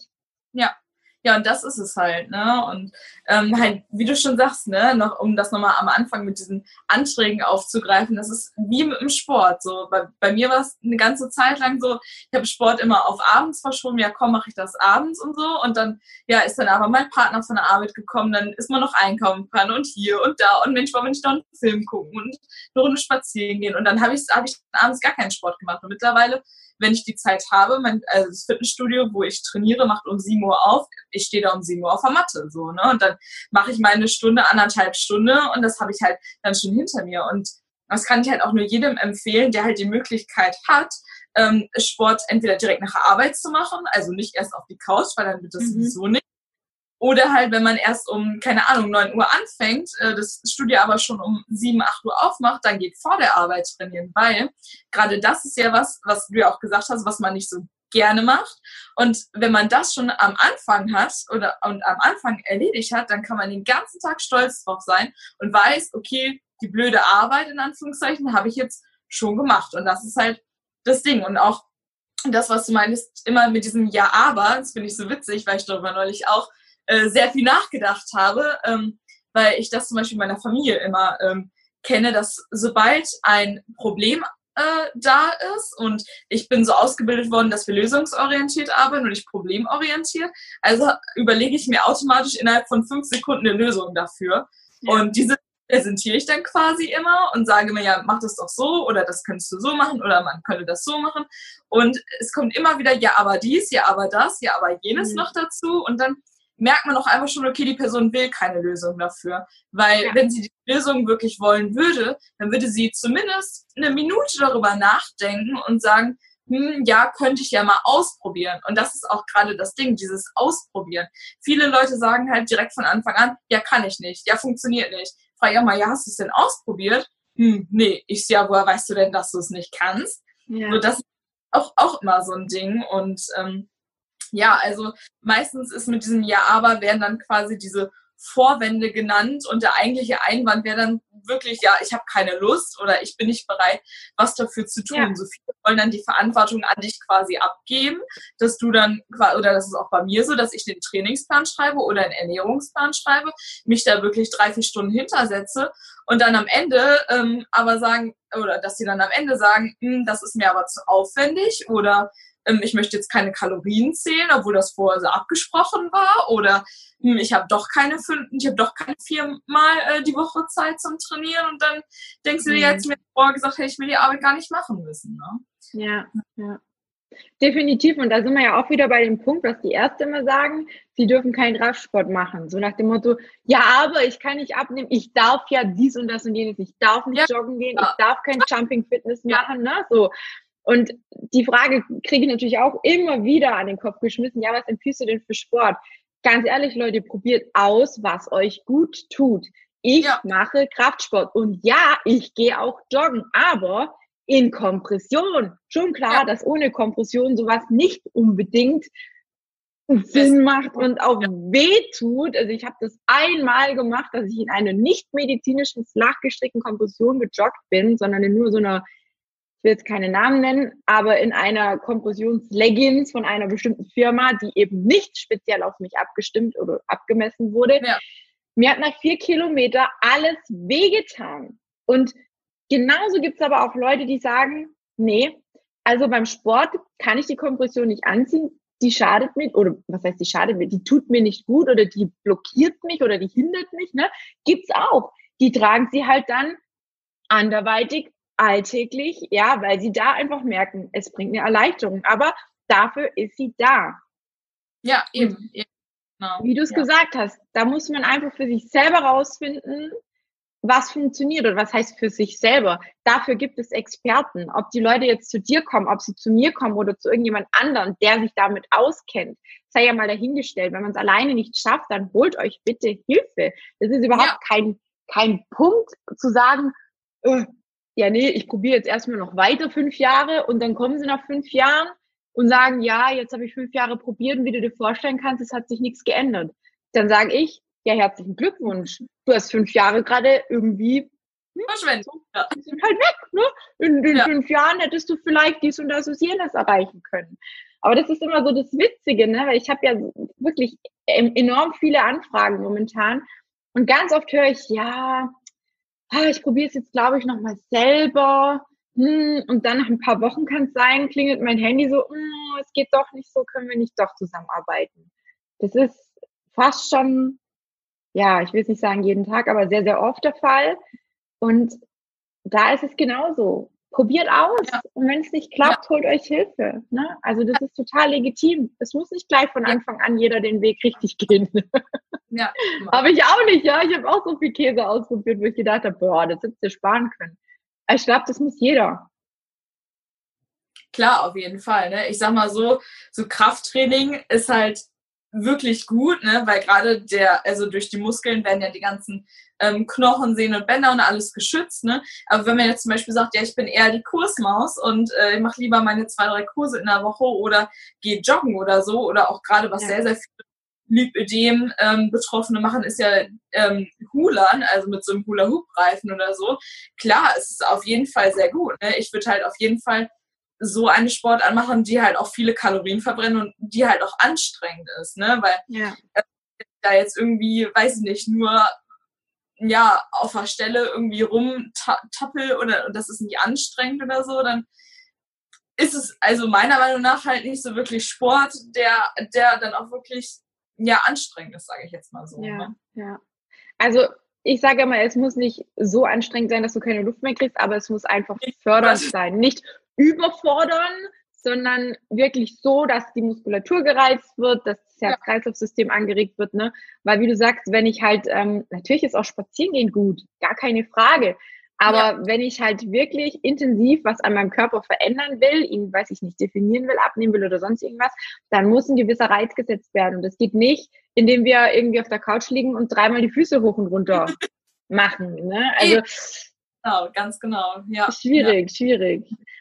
Ja, und das ist es halt, ne? Und halt, wie du schon sagst, ne, noch, um das nochmal am Anfang mit diesen Anträgen aufzugreifen, das ist wie mit dem Sport. So, bei mir war es eine ganze Zeit lang so, ich habe Sport immer auf abends verschoben, ja komm, mache ich das abends und so. Und dann, ist dann aber mein Partner von der Arbeit gekommen, dann ist man noch einkaufen können und hier und da und Mensch, wollen wir nicht noch einen Film gucken und eine Runde spazieren gehen. Und dann hab ich abends gar keinen Sport gemacht. Und mittlerweile, wenn ich die Zeit habe, das Fitnessstudio, wo ich trainiere, macht um 7 Uhr auf. Ich stehe da um 7 Uhr auf der Matte, so, ne? Und dann mache ich meine Stunde, 1,5 Stunden und das habe ich halt dann schon hinter mir. Und das kann ich halt auch nur jedem empfehlen, der halt die Möglichkeit hat, Sport entweder direkt nach der Arbeit zu machen, also nicht erst auf die Couch, weil dann wird das sowieso nicht. Oder halt, wenn man erst um, keine Ahnung, 9 Uhr anfängt, das Studio aber schon um 7, 8 Uhr aufmacht, dann geht vor der Arbeit trainieren, weil gerade das ist ja was du ja auch gesagt hast, was man nicht so gerne macht. Und wenn man das schon am Anfang hat und am Anfang erledigt hat, dann kann man den ganzen Tag stolz drauf sein und weiß, okay, die blöde Arbeit in Anführungszeichen habe ich jetzt schon gemacht. Und das ist halt das Ding. Und auch das, was du meinst, immer mit diesem Ja, aber, das finde ich so witzig, weil ich darüber neulich auch sehr viel nachgedacht habe, weil ich das zum Beispiel in meiner Familie immer kenne, dass sobald ein Problem da ist und ich bin so ausgebildet worden, dass wir lösungsorientiert arbeiten und nicht problemorientiert, also überlege ich mir automatisch innerhalb von 5 Sekunden eine Lösung dafür und diese präsentiere ich dann quasi immer und sage mir, ja, mach das doch so oder das könntest du so machen oder man könnte das so machen und es kommt immer wieder, ja, aber dies, ja, aber das, ja, aber jenes noch dazu und dann merkt man auch einfach schon, okay, die Person will keine Lösung dafür. Weil wenn sie die Lösung wirklich wollen würde, dann würde sie zumindest eine Minute darüber nachdenken und sagen, ja, könnte ich ja mal ausprobieren. Und das ist auch gerade das Ding, dieses Ausprobieren. Viele Leute sagen halt direkt von Anfang an, ja, kann ich nicht, ja, funktioniert nicht. Frage ich auch mal, ja, hast du es denn ausprobiert? Nee. Ich so, ja, woher weißt du denn, dass du es nicht kannst? Ja. So, das ist auch immer so ein Ding und also meistens ist mit diesem Ja, aber werden dann quasi diese Vorwände genannt und der eigentliche Einwand wäre dann wirklich, ja, ich habe keine Lust oder ich bin nicht bereit, was dafür zu tun. Ja. So viele wollen dann die Verantwortung an dich quasi abgeben, dass du dann, oder das ist auch bei mir so, dass ich den Trainingsplan schreibe oder einen Ernährungsplan schreibe, mich da wirklich 3-4 Stunden hintersetze und dann am Ende aber sagen, oder dass sie dann am Ende sagen, das ist mir aber zu aufwendig oder ich möchte jetzt keine Kalorien zählen, obwohl das vorher so abgesprochen war oder ich habe doch keine 4-mal die Woche Zeit zum Trainieren und dann denkst du dir jetzt mir vorher gesagt, hey, ich will die Arbeit gar nicht machen müssen. Ne? Ja. Definitiv. Und da sind wir ja auch wieder bei dem Punkt, was die Ärzte immer sagen, sie dürfen keinen Kraftsport machen. So nach dem Motto, ja, aber ich kann nicht abnehmen, ich darf ja dies und das und jenes, ich darf nicht joggen gehen, ich darf kein Jumping Fitness machen, ne? So. Und die Frage kriege ich natürlich auch immer wieder an den Kopf geschmissen, ja, was empfiehlst du denn für Sport? Ganz ehrlich, Leute, probiert aus, was euch gut tut. Ich mache Kraftsport und ja, ich gehe auch joggen, aber in Kompression. Schon klar, dass ohne Kompression sowas nicht unbedingt Sinn macht und auch weh tut. Also ich habe das einmal gemacht, dass ich in einer nicht medizinischen, flach gestrickten Kompression gejoggt bin, sondern in nur so einer, ich will jetzt keine Namen nennen, aber in einer Kompressionsleggings von einer bestimmten Firma, die eben nicht speziell auf mich abgestimmt oder abgemessen wurde. Ja. Mir hat nach 4 Kilometer alles wehgetan. Und genauso gibt es aber auch Leute, die sagen, nee, also beim Sport kann ich die Kompression nicht anziehen, die schadet mir, oder was heißt die schadet mir, die tut mir nicht gut oder die blockiert mich oder die hindert mich, ne? Gibt's auch. Die tragen sie halt dann anderweitig, alltäglich, ja, weil sie da einfach merken, es bringt eine Erleichterung, aber dafür ist sie da. Ja, eben. Genau. Wie du es gesagt hast, da muss man einfach für sich selber rausfinden, was funktioniert oder was heißt für sich selber. Dafür gibt es Experten. Ob die Leute jetzt zu dir kommen, ob sie zu mir kommen oder zu irgendjemand anderem, der sich damit auskennt, sei ja mal dahingestellt. Wenn man es alleine nicht schafft, dann holt euch bitte Hilfe. Das ist überhaupt kein Punkt zu sagen, ja, nee, ich probiere jetzt erstmal noch weiter 5 Jahre und dann kommen sie nach 5 Jahren und sagen, ja, jetzt habe ich 5 Jahre probiert und wie du dir vorstellen kannst, es hat sich nichts geändert. Dann sage ich, ja, herzlichen Glückwunsch. Du hast 5 Jahre gerade irgendwie verschwendet. Die sind halt weg, ne? In den 5 Jahren hättest du vielleicht dies und das und jenes erreichen können. Aber das ist immer so das Witzige, ne? Weil ich habe ja wirklich enorm viele Anfragen momentan und ganz oft höre ich, ja, ich probiere es jetzt, glaube ich, nochmal selber. Und dann nach ein paar Wochen kann es sein, klingelt mein Handy so, es geht doch nicht so, können wir nicht doch zusammenarbeiten. Das ist fast schon, ja, ich will es nicht sagen jeden Tag, aber sehr, sehr oft der Fall. Und da ist es genauso. Probiert aus. Ja. Und wenn es nicht klappt, holt euch Hilfe. Ne? Also das ist total legitim. Es muss nicht gleich von Anfang an jeder den Weg richtig gehen. Ja. Habe ich auch nicht, ja. Ich habe auch so viel Käse ausprobiert, wo ich gedacht habe, boah, das hättest du sparen können. Aber ich glaube, das muss jeder. Klar, auf jeden Fall. Ne? Ich sag mal so Krafttraining ist halt wirklich gut, ne? Weil gerade also durch die Muskeln werden ja die ganzen Knochen, Sehnen und Bänder und alles geschützt, ne? Aber wenn man jetzt zum Beispiel sagt, ja, ich bin eher die Kursmaus und ich mache lieber meine 2-3 Kurse in der Woche oder gehe joggen oder so, oder auch gerade was sehr, sehr viele Lipödem Betroffene machen, ist ja Hulern, also mit so einem Hula-Hoop-Reifen oder so. Klar, es ist auf jeden Fall sehr gut, ne? Ich würde halt auf jeden Fall so eine Sportart machen, die halt auch viele Kalorien verbrennen und die halt auch anstrengend ist, ne? Weil da jetzt irgendwie, weiß ich nicht, nur auf der Stelle irgendwie rumtappel und das ist nicht anstrengend oder so, dann ist es also meiner Meinung nach halt nicht so wirklich Sport, der dann auch wirklich anstrengend ist, sage ich jetzt mal so. Ja. Also ich sage immer, es muss nicht so anstrengend sein, dass du keine Luft mehr kriegst, aber es muss einfach fördernd sein. Nicht überfordern, sondern wirklich so, dass die Muskulatur gereizt wird, dass das Herz-Kreislauf-System angeregt wird, ne? Weil wie du sagst, wenn ich halt, natürlich ist auch Spazierengehen gut, gar keine Frage. Aber wenn ich halt wirklich intensiv was an meinem Körper verändern will, ihn, weiß ich nicht, definieren will, abnehmen will oder sonst irgendwas, dann muss ein gewisser Reiz gesetzt werden. Und das geht nicht, indem wir irgendwie auf der Couch liegen und 3-mal die Füße hoch und runter machen, ne? Also genau, ganz genau. Ja. Schwierig.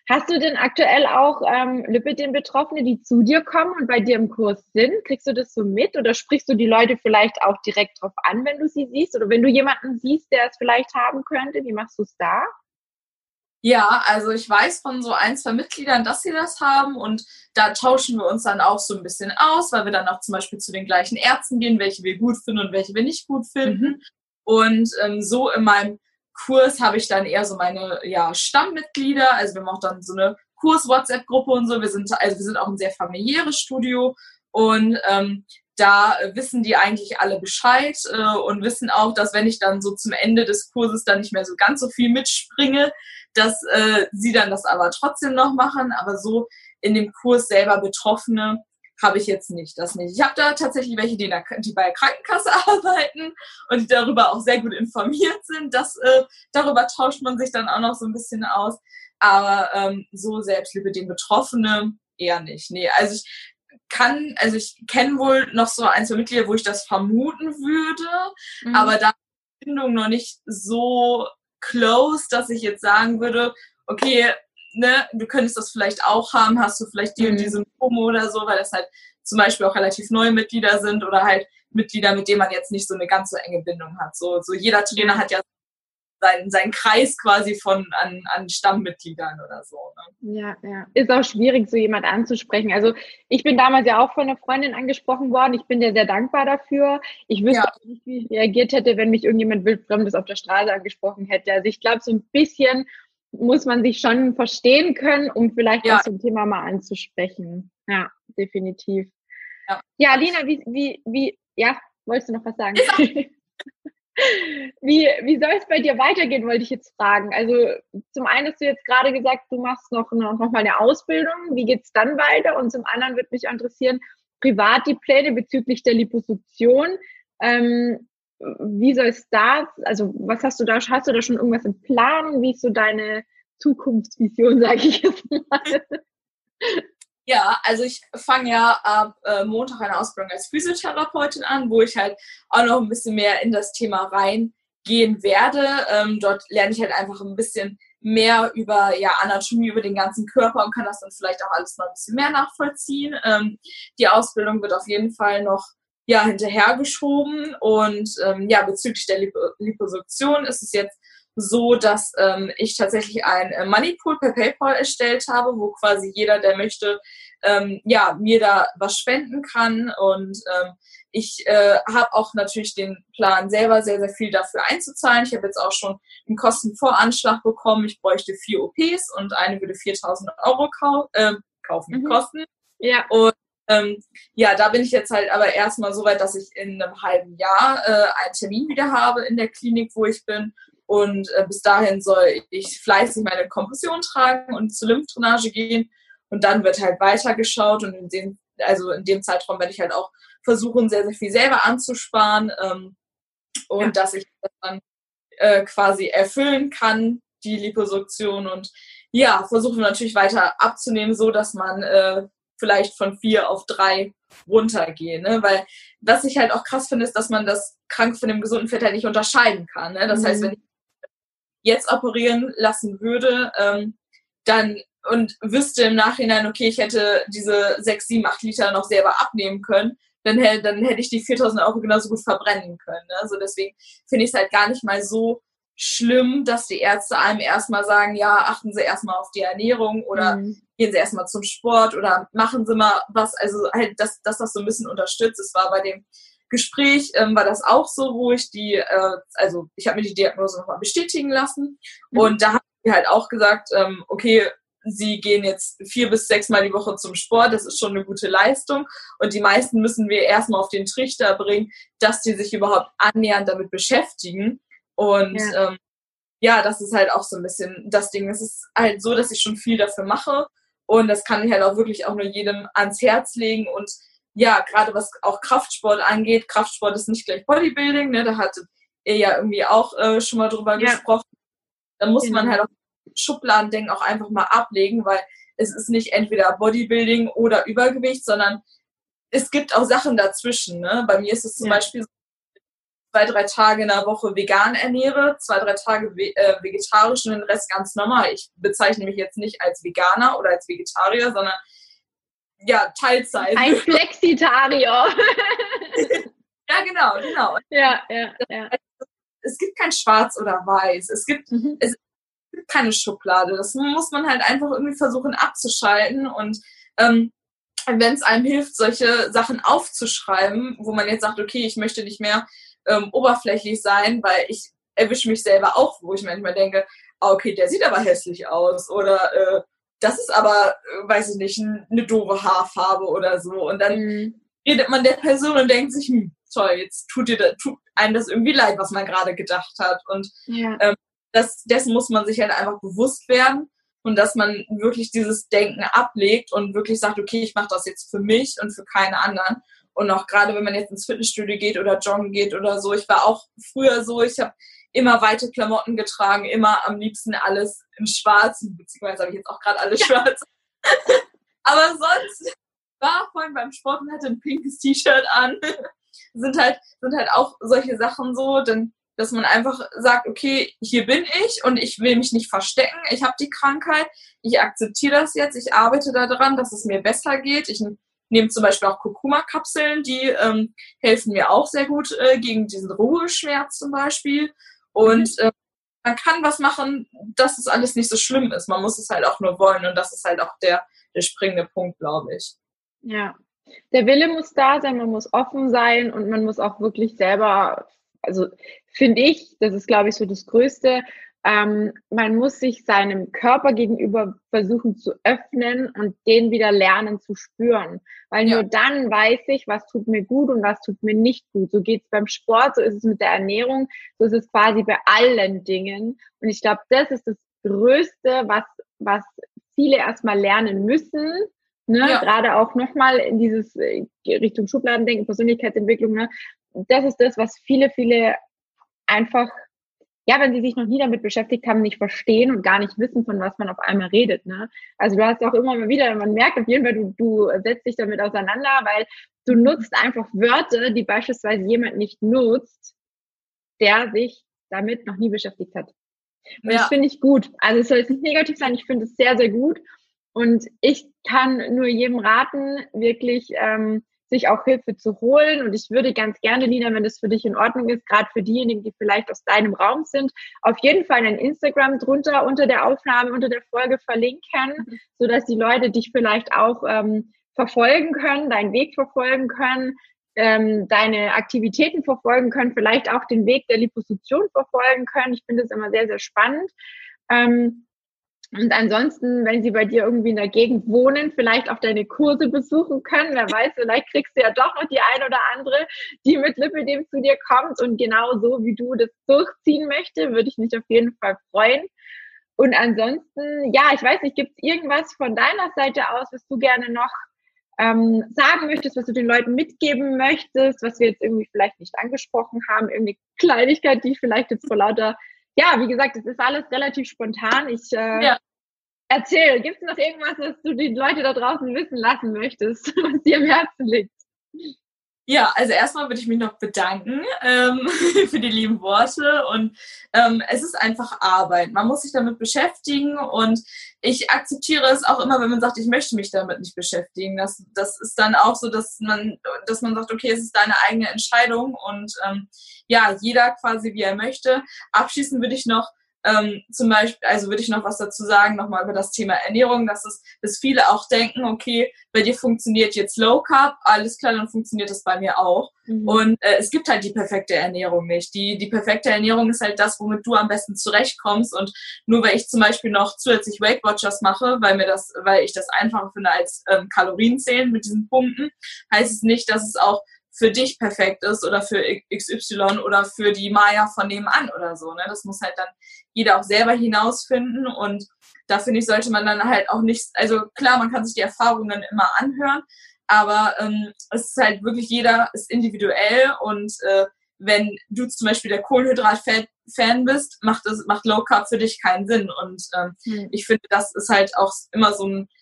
Hast du denn aktuell auch Lipidem-Betroffene, die zu dir kommen und bei dir im Kurs sind? Kriegst du das so mit oder sprichst du die Leute vielleicht auch direkt drauf an, wenn du sie siehst? Oder wenn du jemanden siehst, der es vielleicht haben könnte, wie machst du es da? Ja, also ich weiß von so 1, 2 Mitgliedern, dass sie das haben und da tauschen wir uns dann auch so ein bisschen aus, weil wir dann auch zum Beispiel zu den gleichen Ärzten gehen, welche wir gut finden und welche wir nicht gut finden. Mhm. Und so in meinem Kurs habe ich dann eher so meine Stammmitglieder, also wir haben auch dann so eine Kurs-WhatsApp-Gruppe und so. Wir sind auch ein sehr familiäres Studio und da wissen die eigentlich alle Bescheid und wissen auch, dass wenn ich dann so zum Ende des Kurses dann nicht mehr so ganz so viel mitspringe, dass sie dann das aber trotzdem noch machen. Aber so in dem Kurs selber Betroffene habe ich jetzt nicht. Das nicht. Ich habe da tatsächlich welche, die bei der Krankenkasse arbeiten und die darüber auch sehr gut informiert sind. Darüber tauscht man sich dann auch noch so ein bisschen aus. Aber so selbst liebe den Betroffene eher nicht. Nee, ich kenne wohl noch so 1, 2 Mitglieder, wo ich das vermuten würde, aber da ist die Bindung noch nicht so close, dass ich jetzt sagen würde, okay, ne, du könntest das vielleicht auch haben, hast du vielleicht die und die Symptome oder so, weil das halt zum Beispiel auch relativ neue Mitglieder sind oder halt Mitglieder, mit denen man jetzt nicht so eine ganz so enge Bindung hat. So jeder Trainer hat ja seinen Kreis quasi an Stammmitgliedern oder so. Ne? Ja, ja. Ist auch schwierig, so jemand anzusprechen. Also ich bin damals ja auch von einer Freundin angesprochen worden. Ich bin dir sehr dankbar dafür. Ich wüsste auch nicht, wie ich reagiert hätte, wenn mich irgendjemand Wildfremdes auf der Straße angesprochen hätte. Also ich glaube, so ein bisschen muss man sich schon verstehen können, um vielleicht auch so ein Thema mal anzusprechen. Ja, definitiv. Ja, Lina, wolltest du noch was sagen? Wie soll es bei dir weitergehen, wollte ich jetzt fragen. Also zum einen hast du jetzt gerade gesagt, du machst noch mal eine Ausbildung. Wie geht's dann weiter? Und zum anderen würde mich interessieren, privat die Pläne bezüglich der Liposuktion. Wie soll es da, also was hast du da schon irgendwas im Plan? Wie ist so deine Zukunftsvision, sage ich jetzt mal? Ja, also ich fange ja ab Montag eine Ausbildung als Physiotherapeutin an, wo ich halt auch noch ein bisschen mehr in das Thema reingehen werde. Dort lerne ich halt einfach ein bisschen mehr über Anatomie, über den ganzen Körper und kann das dann vielleicht auch alles noch ein bisschen mehr nachvollziehen. Die Ausbildung wird auf jeden Fall noch hinterhergeschoben und bezüglich der Liposuktion ist es jetzt so, dass ich tatsächlich ein Moneypool per PayPal erstellt habe, wo quasi jeder, der möchte, mir da was spenden kann. Und ich habe auch natürlich den Plan, selber sehr, sehr viel dafür einzuzahlen. Ich habe jetzt auch schon einen Kostenvoranschlag bekommen. Ich bräuchte 4 OPs und eine würde 4.000 € kosten. Ja. Und da bin ich jetzt halt aber erstmal so weit, dass ich in einem halben Jahr einen Termin wieder habe in der Klinik, wo ich bin. Und bis dahin soll ich fleißig meine Kompression tragen und zur Lymphdrainage gehen. Und dann wird halt weitergeschaut. Und in dem Zeitraum werde ich halt auch versuchen, sehr, sehr viel selber anzusparen. Dass ich das dann quasi erfüllen kann, die Liposuktion. Und versuchen natürlich weiter abzunehmen, so dass man vielleicht von 4 auf 3 runtergehen. Ne? Weil was ich halt auch krass finde, ist, dass man das krank von dem gesunden Fett halt nicht unterscheiden kann. Ne? Das heißt, wenn ich jetzt operieren lassen würde, dann und wüsste im Nachhinein, okay, ich hätte diese 6, 7, 8 Liter noch selber abnehmen können, dann hätte ich die 4.000 € genauso gut verbrennen können. Ne? Also deswegen finde ich es halt gar nicht mal so schlimm, dass die Ärzte einem erstmal sagen, ja, achten Sie erstmal auf die Ernährung oder gehen Sie erstmal zum Sport oder machen Sie mal was. Also halt, dass das so ein bisschen unterstützt. Es war bei dem Gespräch war das auch so, wo ich ich habe mir die Diagnose nochmal bestätigen lassen und da haben die halt auch gesagt, okay, Sie gehen jetzt 4 bis 6 Mal die Woche zum Sport, das ist schon eine gute Leistung und die meisten müssen wir erstmal auf den Trichter bringen, dass die sich überhaupt annähernd damit beschäftigen und das ist halt auch so ein bisschen das Ding. Es ist halt so, dass ich schon viel dafür mache und das kann ich halt auch wirklich auch nur jedem ans Herz legen und gerade was auch Kraftsport angeht, Kraftsport ist nicht gleich Bodybuilding, ne? Da hattet ihr ja irgendwie auch schon mal drüber gesprochen. Da muss man halt auch Schubladendenken auch einfach mal ablegen, weil es ist nicht entweder Bodybuilding oder Übergewicht, sondern es gibt auch Sachen dazwischen. Ne? Bei mir ist es zum Beispiel so, 2-3 Tage in der Woche vegan ernähre, 2-3 Tage vegetarisch und den Rest ganz normal. Ich bezeichne mich jetzt nicht als Veganer oder als Vegetarier, sondern ja, Teilzeit. Ein Flexitarier. Ja, genau. Ja. Es gibt kein Schwarz oder Weiß. Es gibt keine Schublade. Das muss man halt einfach irgendwie versuchen abzuschalten. Und wenn es einem hilft, solche Sachen aufzuschreiben, wo man jetzt sagt, okay, ich möchte nicht mehr oberflächlich sein, weil ich erwische mich selber auch, wo ich manchmal denke, okay, der sieht aber hässlich aus oder das ist aber, weiß ich nicht, eine doofe Haarfarbe oder so. Und dann redet man der Person und denkt sich, toll, jetzt tut einem das irgendwie leid, was man gerade gedacht hat. Und dessen muss man sich halt einfach bewusst werden und dass man wirklich dieses Denken ablegt und wirklich sagt, okay, ich mache das jetzt für mich und für keine anderen. Und auch gerade, wenn man jetzt ins Fitnessstudio geht oder joggen geht oder so. Ich war auch früher so, ich habe immer weite Klamotten getragen, immer am liebsten alles in schwarz, beziehungsweise habe ich jetzt auch gerade alles schwarz. Aber sonst war vorhin beim Sport und hatte ein pinkes T-Shirt an. sind halt auch solche Sachen so, denn dass man einfach sagt, okay, hier bin ich und ich will mich nicht verstecken, ich habe die Krankheit, ich akzeptiere das jetzt, ich arbeite daran, dass es mir besser geht. Ich nehme zum Beispiel auch Kurkuma-Kapseln, die helfen mir auch sehr gut gegen diesen Ruheschmerz zum Beispiel. Und man kann was machen, dass es alles nicht so schlimm ist. Man muss es halt auch nur wollen und das ist halt auch der springende Punkt, glaube ich. Ja, der Wille muss da sein, man muss offen sein und man muss auch wirklich selber, also finde ich, das ist, glaube ich, so das Größte, man muss sich seinem Körper gegenüber versuchen zu öffnen und den wieder lernen zu spüren. Weil nur dann weiß ich, was tut mir gut und was tut mir nicht gut. So geht es beim Sport, so ist es mit der Ernährung, so ist es quasi bei allen Dingen. Und ich glaube, das ist das Größte, was viele erstmal lernen müssen. Ne? Ja. Gerade auch nochmal in dieses Richtung Schubladendenken, Persönlichkeitsentwicklung. Ne? Das ist das, was viele einfach, ja, wenn sie sich noch nie damit beschäftigt haben, nicht verstehen und gar nicht wissen, von was man auf einmal redet. Ne? Also du hast auch immer mal wieder, man merkt auf jeden Fall, du setzt dich damit auseinander, weil du nutzt einfach Wörter, die beispielsweise jemand nicht nutzt, der sich damit noch nie beschäftigt hat. Und das finde ich gut. Also es soll jetzt nicht negativ sein, ich finde es sehr, sehr gut. Und ich kann nur jedem raten, wirklich sich auch Hilfe zu holen. Und ich würde ganz gerne, Lina, wenn das für dich in Ordnung ist, gerade für diejenigen, die vielleicht aus deinem Raum sind, auf jeden Fall ein Instagram drunter unter der Aufnahme, unter der Folge verlinken, sodass die Leute dich vielleicht auch verfolgen können, deinen Weg verfolgen können, deine Aktivitäten verfolgen können, vielleicht auch den Weg der Liposuktion verfolgen können. Ich finde das immer sehr, sehr spannend. Und ansonsten, wenn sie bei dir irgendwie in der Gegend wohnen, vielleicht auch deine Kurse besuchen können. Wer weiß, vielleicht kriegst du ja doch noch die ein oder andere, die mit Lipidem zu dir kommt und genau so, wie du das durchziehen möchtest, würde ich mich auf jeden Fall freuen. Und ansonsten, ja, ich weiß nicht, gibt es irgendwas von deiner Seite aus, was du gerne noch sagen möchtest, was du den Leuten mitgeben möchtest, was wir jetzt irgendwie vielleicht nicht angesprochen haben, irgendeine Kleinigkeit, die vielleicht jetzt vor lauter, ja, wie gesagt, es ist alles relativ spontan. Ich erzähl, gibt es noch irgendwas, was du die Leute da draußen wissen lassen möchtest, was dir am Herzen liegt? Ja, also erstmal würde ich mich noch bedanken für die lieben Worte und es ist einfach Arbeit. Man muss sich damit beschäftigen und ich akzeptiere es auch immer, wenn man sagt, ich möchte mich damit nicht beschäftigen. Das ist dann auch so, dass man sagt, okay, es ist deine eigene Entscheidung und ja, jeder quasi wie er möchte. Abschließend würde ich noch zum Beispiel, also würde ich noch was dazu sagen, nochmal über das Thema Ernährung, dass viele auch denken, okay, bei dir funktioniert jetzt Low Carb, alles klar, dann funktioniert das bei mir auch. Und es gibt halt die perfekte Ernährung nicht. Die perfekte Ernährung ist halt das, womit du am besten zurechtkommst und nur weil ich zum Beispiel noch zusätzlich Weight Watchers mache, weil ich das einfacher finde als Kalorien zählen mit diesen Punkten, heißt es nicht, dass es auch für dich perfekt ist oder für XY oder für die Maya von nebenan oder so. Ne? Das muss halt dann jeder auch selber hinausfinden und da finde ich, sollte man dann halt auch nicht, also klar, man kann sich die Erfahrungen immer anhören, aber es ist halt wirklich, jeder ist individuell und wenn du zum Beispiel der Kohlenhydrat-Fan bist, macht Low Carb für dich keinen Sinn und ich finde, das ist halt auch immer so ein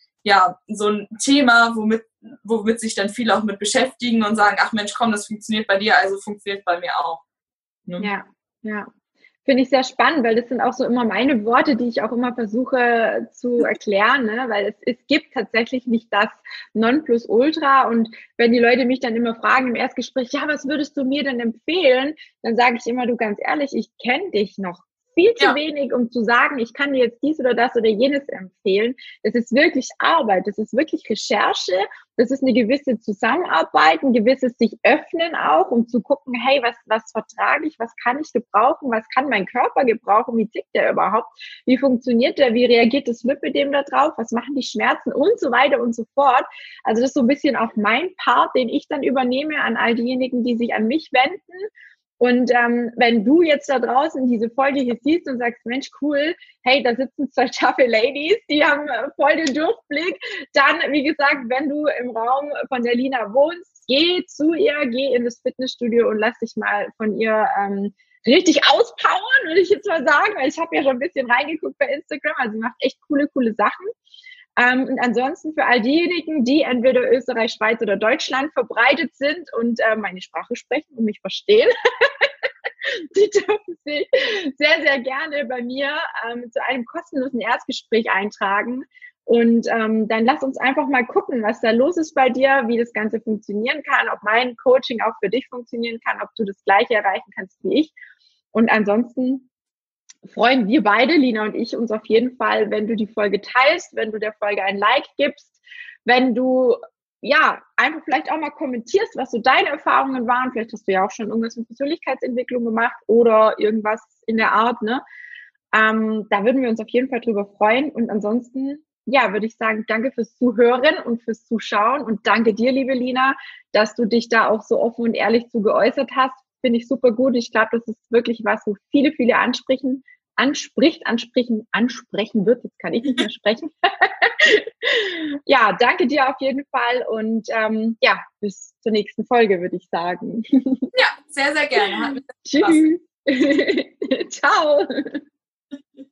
Thema, womit sich dann viele auch mit beschäftigen und sagen, ach Mensch, komm, das funktioniert bei dir, also funktioniert bei mir auch. Ne? Ja, ja. Finde ich sehr spannend, weil das sind auch so immer meine Worte, die ich auch immer versuche zu erklären, ne? Weil es gibt tatsächlich nicht das Nonplusultra. Und wenn die Leute mich dann immer fragen im Erstgespräch, ja, was würdest du mir denn empfehlen? Dann sage ich immer, du, ganz ehrlich, ich kenne dich noch viel zu Ja, wenig, um zu sagen, ich kann dir jetzt dies oder das oder jenes empfehlen. Das ist wirklich Arbeit, das ist wirklich Recherche, das ist eine gewisse Zusammenarbeit, ein gewisses sich öffnen auch, um zu gucken, hey, was vertrage ich, was kann ich gebrauchen, was kann mein Körper gebrauchen, wie tickt der überhaupt, wie funktioniert der, wie reagiert das Lipödem da drauf, was machen die Schmerzen und so weiter und so fort. Also das ist so ein bisschen auch mein Part, den ich dann übernehme an all diejenigen, die sich an mich wenden. Und wenn du jetzt da draußen diese Folge hier siehst und sagst, Mensch, cool, hey, da sitzen zwei taffe Ladies, die haben voll den Durchblick, dann, wie gesagt, wenn du im Raum von der Lina wohnst, geh zu ihr, geh in das Fitnessstudio und lass dich mal von ihr richtig auspowern, würde ich jetzt mal sagen, weil ich habe ja schon ein bisschen reingeguckt bei Instagram, also sie macht echt coole Sachen. Und ansonsten für all diejenigen, die entweder Österreich, Schweiz oder Deutschland verbreitet sind und meine Sprache sprechen und mich verstehen, die dürfen sich sehr gerne bei mir zu einem kostenlosen Erstgespräch eintragen. Und dann lass uns einfach mal gucken, was da los ist bei dir, wie das Ganze funktionieren kann, ob mein Coaching auch für dich funktionieren kann, ob du das Gleiche erreichen kannst wie ich. Und ansonsten freuen wir beide, Lina und ich, uns auf jeden Fall, wenn du die Folge teilst, wenn du der Folge ein Like gibst, wenn du ja einfach vielleicht auch mal kommentierst, was so deine Erfahrungen waren. Vielleicht hast du ja auch schon irgendwas mit Persönlichkeitsentwicklung gemacht oder irgendwas in der Art, ne? Da würden wir uns auf jeden Fall drüber freuen. Und ansonsten, ja, würde ich sagen, danke fürs Zuhören und fürs Zuschauen und danke dir, liebe Lina, dass du dich da auch so offen und ehrlich zu geäußert hast. Finde ich super gut. Ich glaube, das ist wirklich was, wo viele ansprechen wird. Jetzt kann ich nicht mehr sprechen. Ja, danke dir auf jeden Fall und ja, bis zur nächsten Folge, würde ich sagen. ja, sehr gerne. Hat mir Tschüss. Ciao.